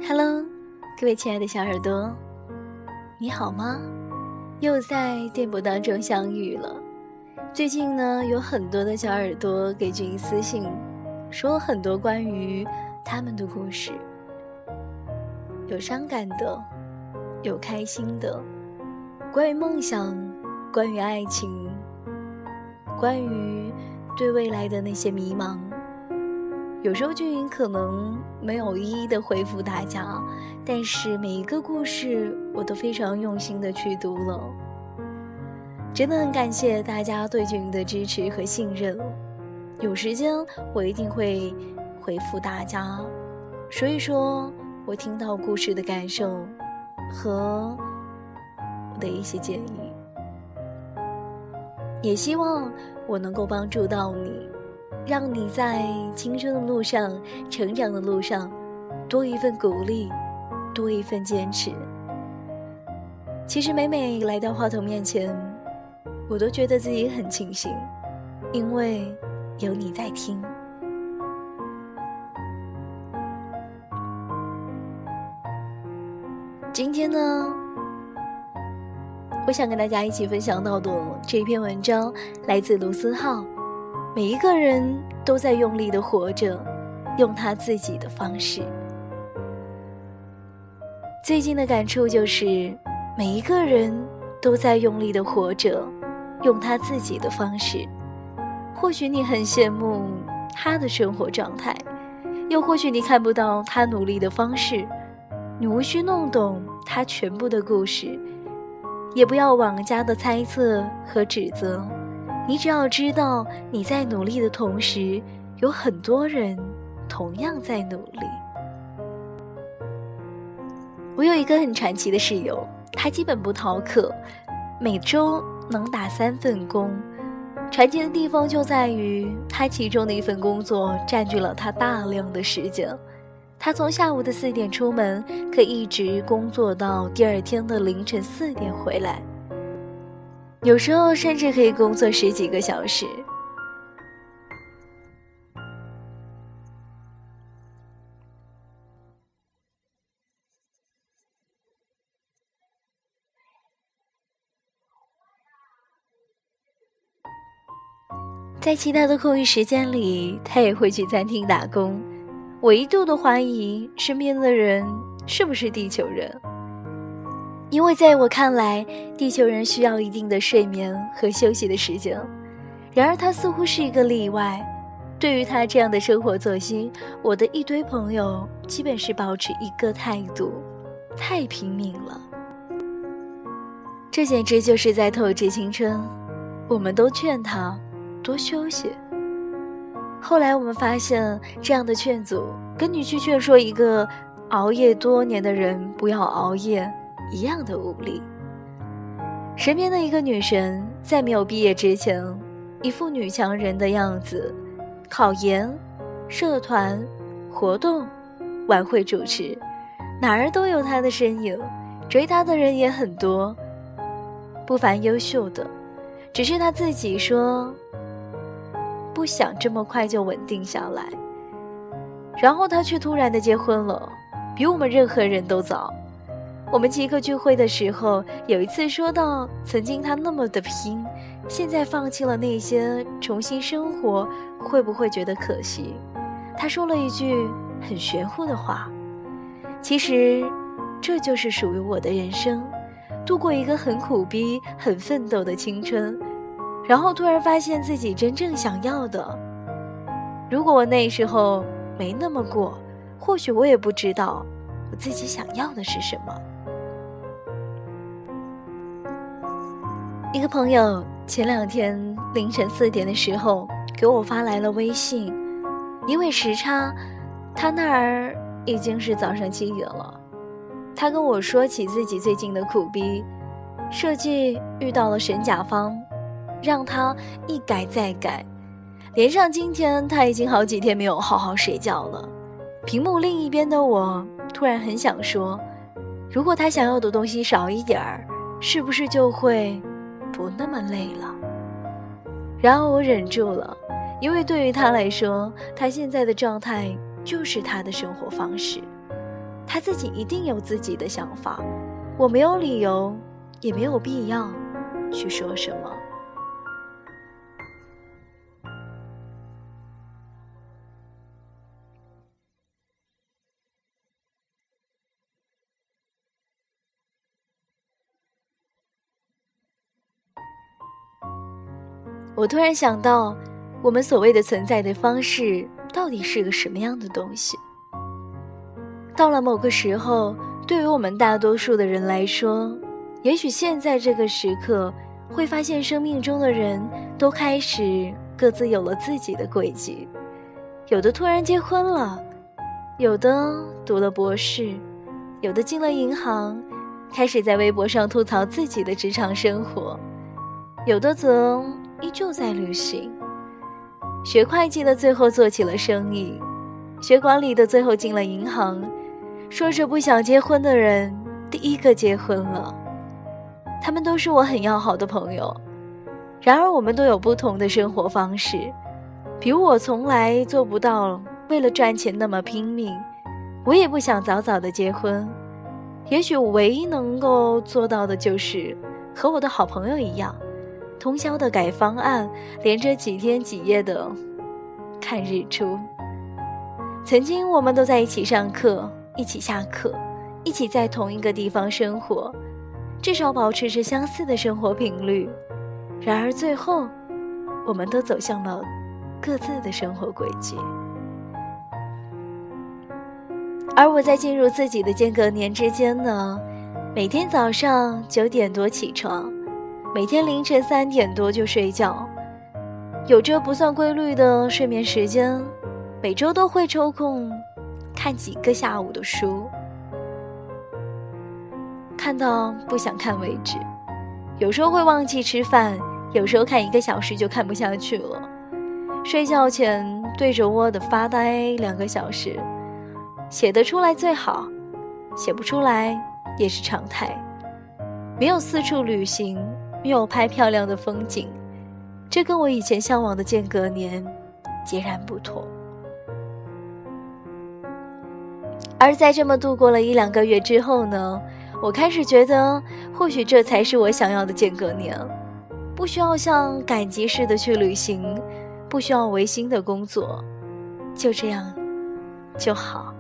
Hello， 各位亲爱的小耳朵，你好吗？又在电波当中相遇了。最近呢，有很多的小耳朵给君私信，说了很多关于他们的故事，有伤感的，有开心的，关于梦想，关于爱情，关于对未来的那些迷茫。有时候俊云可能没有一一的回复大家，但是每一个故事我都非常用心的去读了，真的很感谢大家对俊云的支持和信任。有时间我一定会回复大家，说一说我听到故事的感受和我的一些建议，也希望我能够帮助到你，让你在青春的路上，成长的路上，多一份鼓励，多一份坚持。其实每每来到话筒面前，我都觉得自己很庆幸，因为有你在听。今天呢，我想跟大家一起分享到的这篇文章来自卢思浩。每一个人都在用力地活着，用他自己的方式。最近的感触就是，每一个人都在用力地活着，用他自己的方式。或许你很羡慕他的生活状态，又或许你看不到他努力的方式，你无需弄懂他全部的故事，也不要妄加的猜测和指责。你只要知道你在努力的同时，有很多人同样在努力。我有一个很传奇的室友，他基本不逃课，每周能打3份工。传奇的地方就在于他其中的一份工作占据了他大量的时间。他从下午的4点出门，可以一直工作到第二天的凌晨4点回来，有时候甚至可以工作10几个小时。在其他的空余时间里，他也会去餐厅打工。我一度的怀疑身边的人是不是地球人，因为在我看来，地球人需要一定的睡眠和休息的时间。然而他似乎是一个例外。对于他这样的生活作息，我的一堆朋友基本是保持一个态度：太拼命了。这简直就是在透支青春。我们都劝他多休息。后来我们发现，这样的劝阻跟你去劝说一个熬夜多年的人不要熬夜一样的无力。身边的一个女神在没有毕业之前，一副女强人的样子，考研、社团、活动、晚会主持，哪儿都有她的身影，追她的人也很多，不乏优秀的。只是她自己说不想这么快就稳定下来，然后她却突然的结婚了，比我们任何人都早。我们几个聚会的时候，有一次说到曾经她那么的拼，现在放弃了那些重新生活，会不会觉得可惜？她说了一句很玄乎的话，其实这就是属于我的人生，度过一个很苦逼很奋斗的青春，然后突然发现自己真正想要的。如果我那时候没那么过，或许我也不知道我自己想要的是什么。一个朋友前2天凌晨4点的时候给我发来了微信，因为时差，他那儿已经是早上7点了。他跟我说起自己最近的苦逼，设计遇到了神甲方，让他一改再改，连上今天他已经好几天没有好好睡觉了。屏幕另一边的我突然很想说，如果他想要的东西少一点儿，是不是就会不那么累了？然而我忍住了，因为对于他来说，他现在的状态就是他的生活方式。 他自己一定有自己的想法，我没有理由，也没有必要去说什么。我突然想到，我们所谓的存在的方式到底是个什么样的东西？到了某个时候，对于我们大多数的人来说，也许现在这个时刻会发现生命中的人都开始各自有了自己的轨迹，有的突然结婚了，有的读了博士，有的进了银行，开始在微博上吐槽自己的职场生活，有的则依旧在旅行。学会计的最后做起了生意，学管理的最后进了银行，说着不想结婚的人第一个结婚了。他们都是我很要好的朋友，然而我们都有不同的生活方式。比如我从来做不到为了赚钱那么拼命，我也不想早早的结婚。也许我唯一能够做到的就是和我的好朋友一样，通宵的改方案，连着几天几夜的看日出。曾经我们都在一起上课，一起下课，一起在同一个地方生活，至少保持着相似的生活频率。然而最后，我们都走向了各自的生活轨迹。而我在进入自己的间隔年之间呢，每天早上9点多起床，每天凌晨3点多就睡觉，有着不算规律的睡眠时间，每周都会抽空看几个下午的书，看到不想看为止。有时候会忘记吃饭，有时候看1个小时就看不下去了。睡觉前对着 Word 发呆2个小时，写得出来最好，写不出来也是常态。没有四处旅行，没有拍漂亮的风景，这跟我以前向往的间隔年截然不同。而在这么度过了1-2个月之后呢，我开始觉得或许这才是我想要的间隔年，不需要像赶集似的去旅行，不需要违心的工作，就这样就好。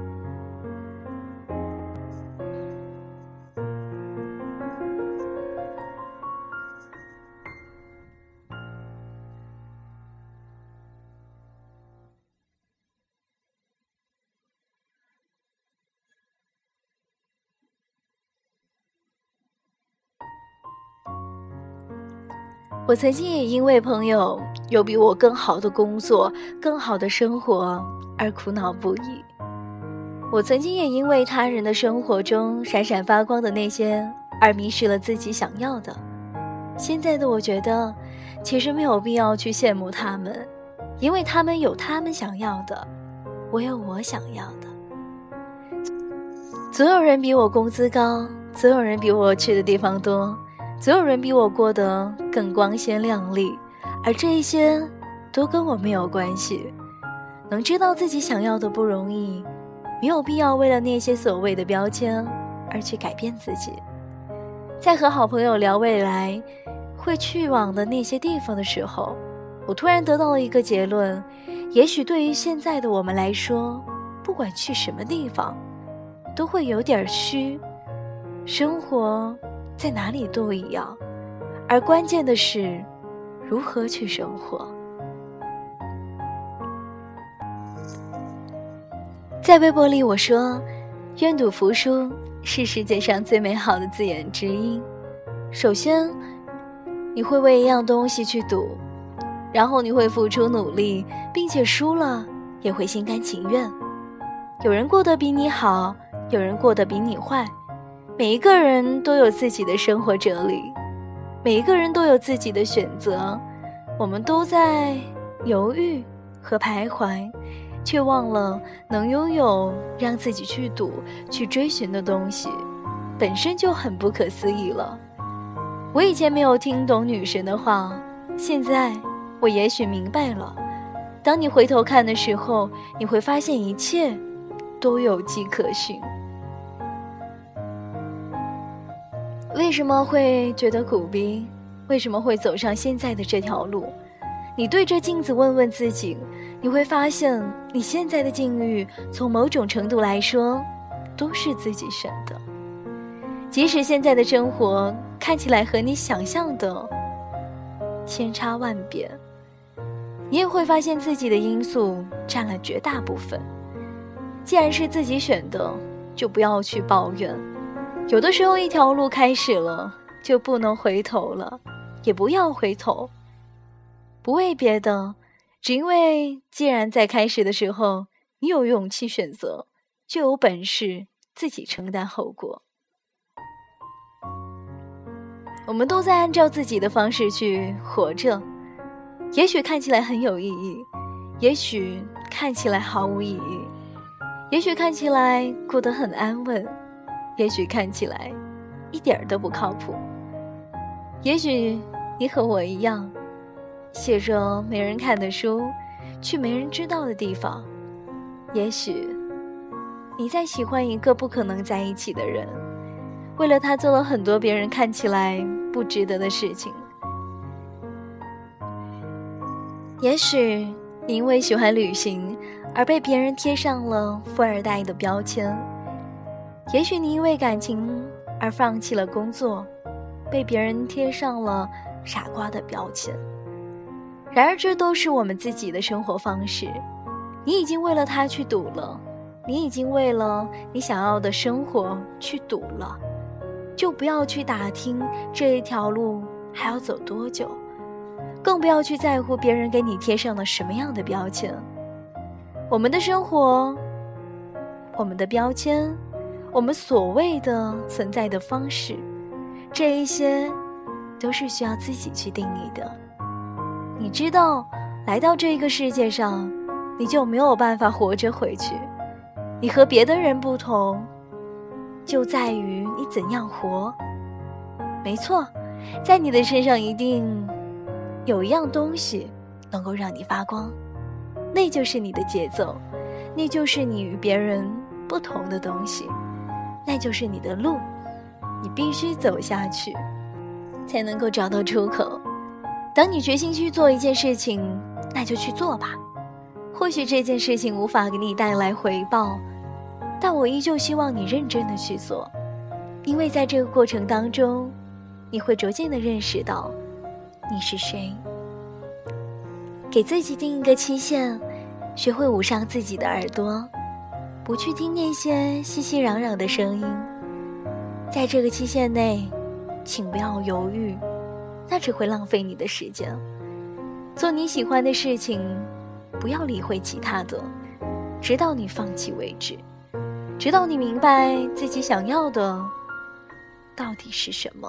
我曾经也因为朋友有比我更好的工作、更好的生活而苦恼不已。我曾经也因为他人的生活中闪闪发光的那些而迷失了自己想要的。现在的我觉得，其实没有必要去羡慕他们，因为他们有他们想要的，我有我想要的。总有人比我工资高，总有人比我去的地方多，总有人比我过得更光鲜亮丽，而这一些都跟我没有关系。能知道自己想要的不容易，没有必要为了那些所谓的标签而去改变自己。在和好朋友聊未来会去往的那些地方的时候，我突然得到了一个结论，也许对于现在的我们来说，不管去什么地方都会有点虚，生活在哪里都一样，而关键的是如何去生活。在微博里我说，愿赌服输是世界上最美好的字眼之一。首先，你会为一样东西去赌，然后你会付出努力，并且输了也会心甘情愿。有人过得比你好，有人过得比你坏，每一个人都有自己的生活哲理，每一个人都有自己的选择，我们都在犹豫和徘徊，却忘了能拥有让自己去赌、去追寻的东西，本身就很不可思议了。我以前没有听懂女神的话，现在我也许明白了。当你回头看的时候，你会发现一切都有迹可循。 为什么会觉得苦逼？为什么会走上现在的这条路？你对着镜子问问自己，你会发现你现在的境遇从某种程度来说都是自己选的。即使现在的生活看起来和你想象的千差万别，你也会发现自己的因素占了绝大部分。既然是自己选的，就不要去抱怨。有的时候一条路开始了，就不能回头了，也不要回头。不为别的，只因为既然在开始的时候你有勇气选择，就有本事自己承担后果。我们都在按照自己的方式去活着，也许看起来很有意义，也许看起来毫无意义，也许看起来过得很安稳，也许看起来一点都不靠谱。也许你和我一样，写着没人看的书，去没人知道的地方。也许你在喜欢一个不可能在一起的人，为了他做了很多别人看起来不值得的事情。也许你因为喜欢旅行而被别人贴上了富二代的标签，也许你因为感情而放弃了工作，被别人贴上了傻瓜的标签。然而这都是我们自己的生活方式，你已经为了它去赌了，你已经为了你想要的生活去赌了，就不要去打听这一条路还要走多久，更不要去在乎别人给你贴上了什么样的标签。我们的生活，我们的标签，我们所谓的存在的方式，这一些都是需要自己去定义的。你知道，来到这个世界上，你就没有办法活着回去。你和别的人不同，就在于你怎样活。没错，在你的身上一定有一样东西能够让你发光，那就是你的节奏，那就是你与别人不同的东西，那就是你的路，你必须走下去，才能够找到出口。当你决心去做一件事情，那就去做吧。或许这件事情无法给你带来回报，但我依旧希望你认真的去做，因为在这个过程当中，你会逐渐的认识到你是谁。给自己定一个期限，学会捂上自己的耳朵，不去听那些熙熙攘攘的声音。在这个期限内，请不要犹豫，那只会浪费你的时间。做你喜欢的事情，不要理会其他的，直到你放弃为止，直到你明白自己想要的到底是什么。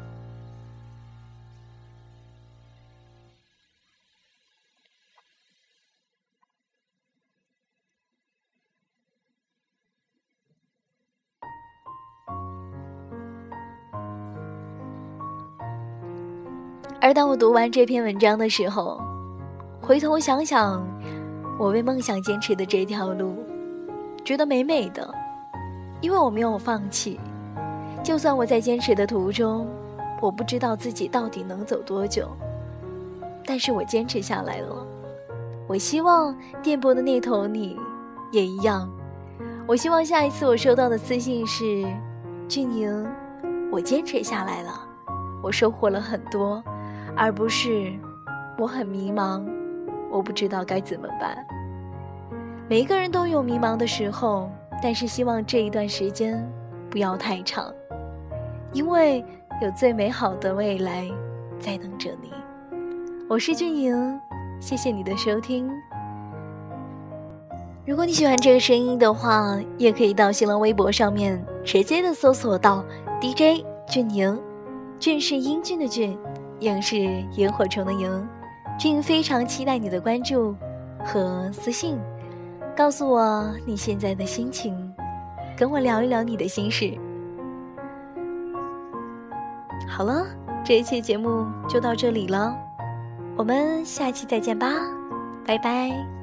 而当我读完这篇文章的时候，回头想想我为梦想坚持的这条路，觉得美美的，因为我没有放弃。就算我在坚持的途中，我不知道自己到底能走多久，但是我坚持下来了。我希望电波的那头你也一样。我希望下一次我收到的私信是：俊宁，我坚持下来了，我收获了很多，而不是我很迷茫，我不知道该怎么办。每一个人都有迷茫的时候，但是希望这一段时间不要太长，因为有最美好的未来在等着你。我是俊莹，谢谢你的收听。如果你喜欢这个声音的话，也可以到新浪微博上面直接的搜索到 DJ 俊莹，俊是英俊的俊，萤是萤火虫的萤。俊非常期待你的关注和私信，告诉我你现在的心情，跟我聊一聊你的心事。好了，这一期节目就到这里了，我们下期再见吧，拜拜。